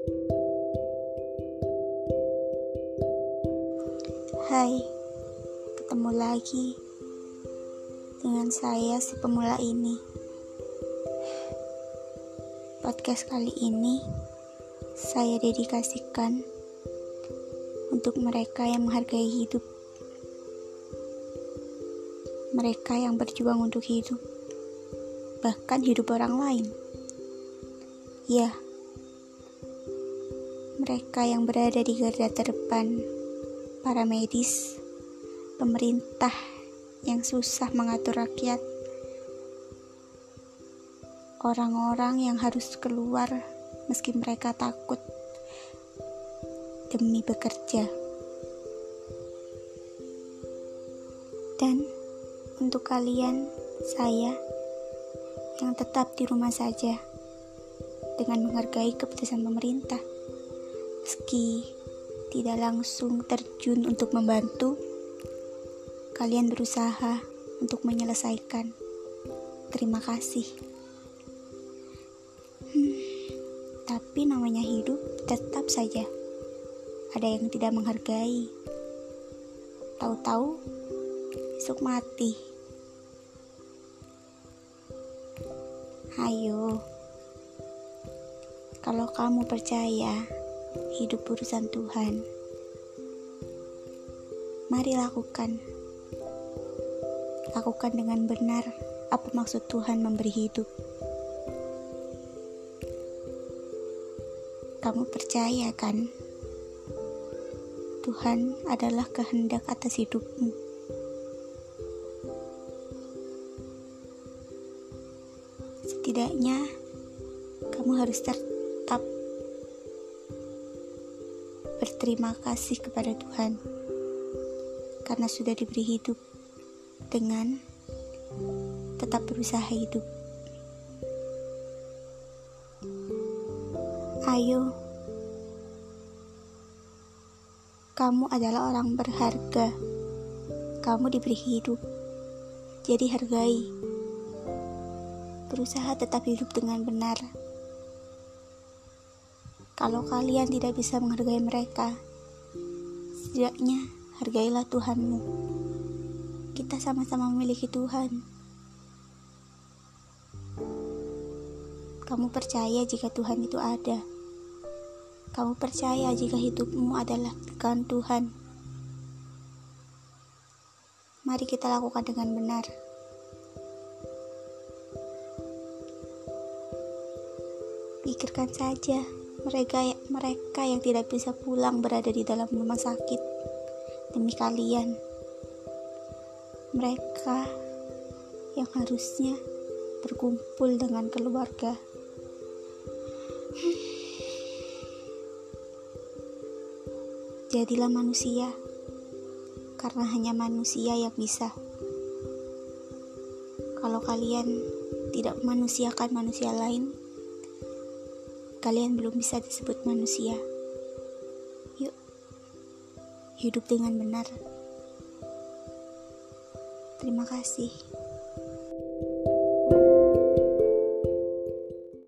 Hai, ketemu lagi dengan saya si pemula ini. Podcast kali ini saya dedikasikan untuk mereka yang menghargai hidup, mereka yang berjuang untuk hidup, bahkan hidup orang lain. Ya, mereka yang berada di garda terdepan, para medis, pemerintah yang susah mengatur rakyat, orang-orang yang harus keluar meski mereka takut demi bekerja. Dan untuk kalian, saya yang tetap di rumah saja dengan menghargai keputusan pemerintah, meski tidak langsung terjun untuk membantu, kalian berusaha untuk menyelesaikan. Terima kasih. Tapi namanya hidup, tetap saja ada yang tidak menghargai. Tahu-tahu besok mati. Ayo, kalau kamu percaya hidup urusan Tuhan, mari lakukan dengan benar apa maksud Tuhan memberi hidup. Kamu percaya kan? Tuhan adalah kehendak atas hidupmu. Setidaknya kamu harus tetap berterima kasih kepada Tuhan karena sudah diberi hidup dengan tetap berusaha hidup. Ayo, kamu adalah orang berharga. Kamu diberi hidup, jadi hargai. Berusaha tetap hidup dengan benar. Kalau kalian tidak bisa menghargai mereka, setidaknya hargailah Tuhanmu. Kita sama-sama memiliki Tuhan. Kamu percaya jika Tuhan itu ada. Kamu percaya jika hidupmu adalah dengan Tuhan. Mari kita lakukan dengan benar. Pikirkan saja mereka yang tidak bisa pulang berada di dalam rumah sakit demi kalian. Mereka yang harusnya berkumpul dengan keluarga. Jadilah manusia, karena hanya manusia yang bisa. Kalau kalian tidak memanusiakan manusia lain, kalian belum bisa disebut manusia. Yuk, hidup dengan benar. Terima kasih.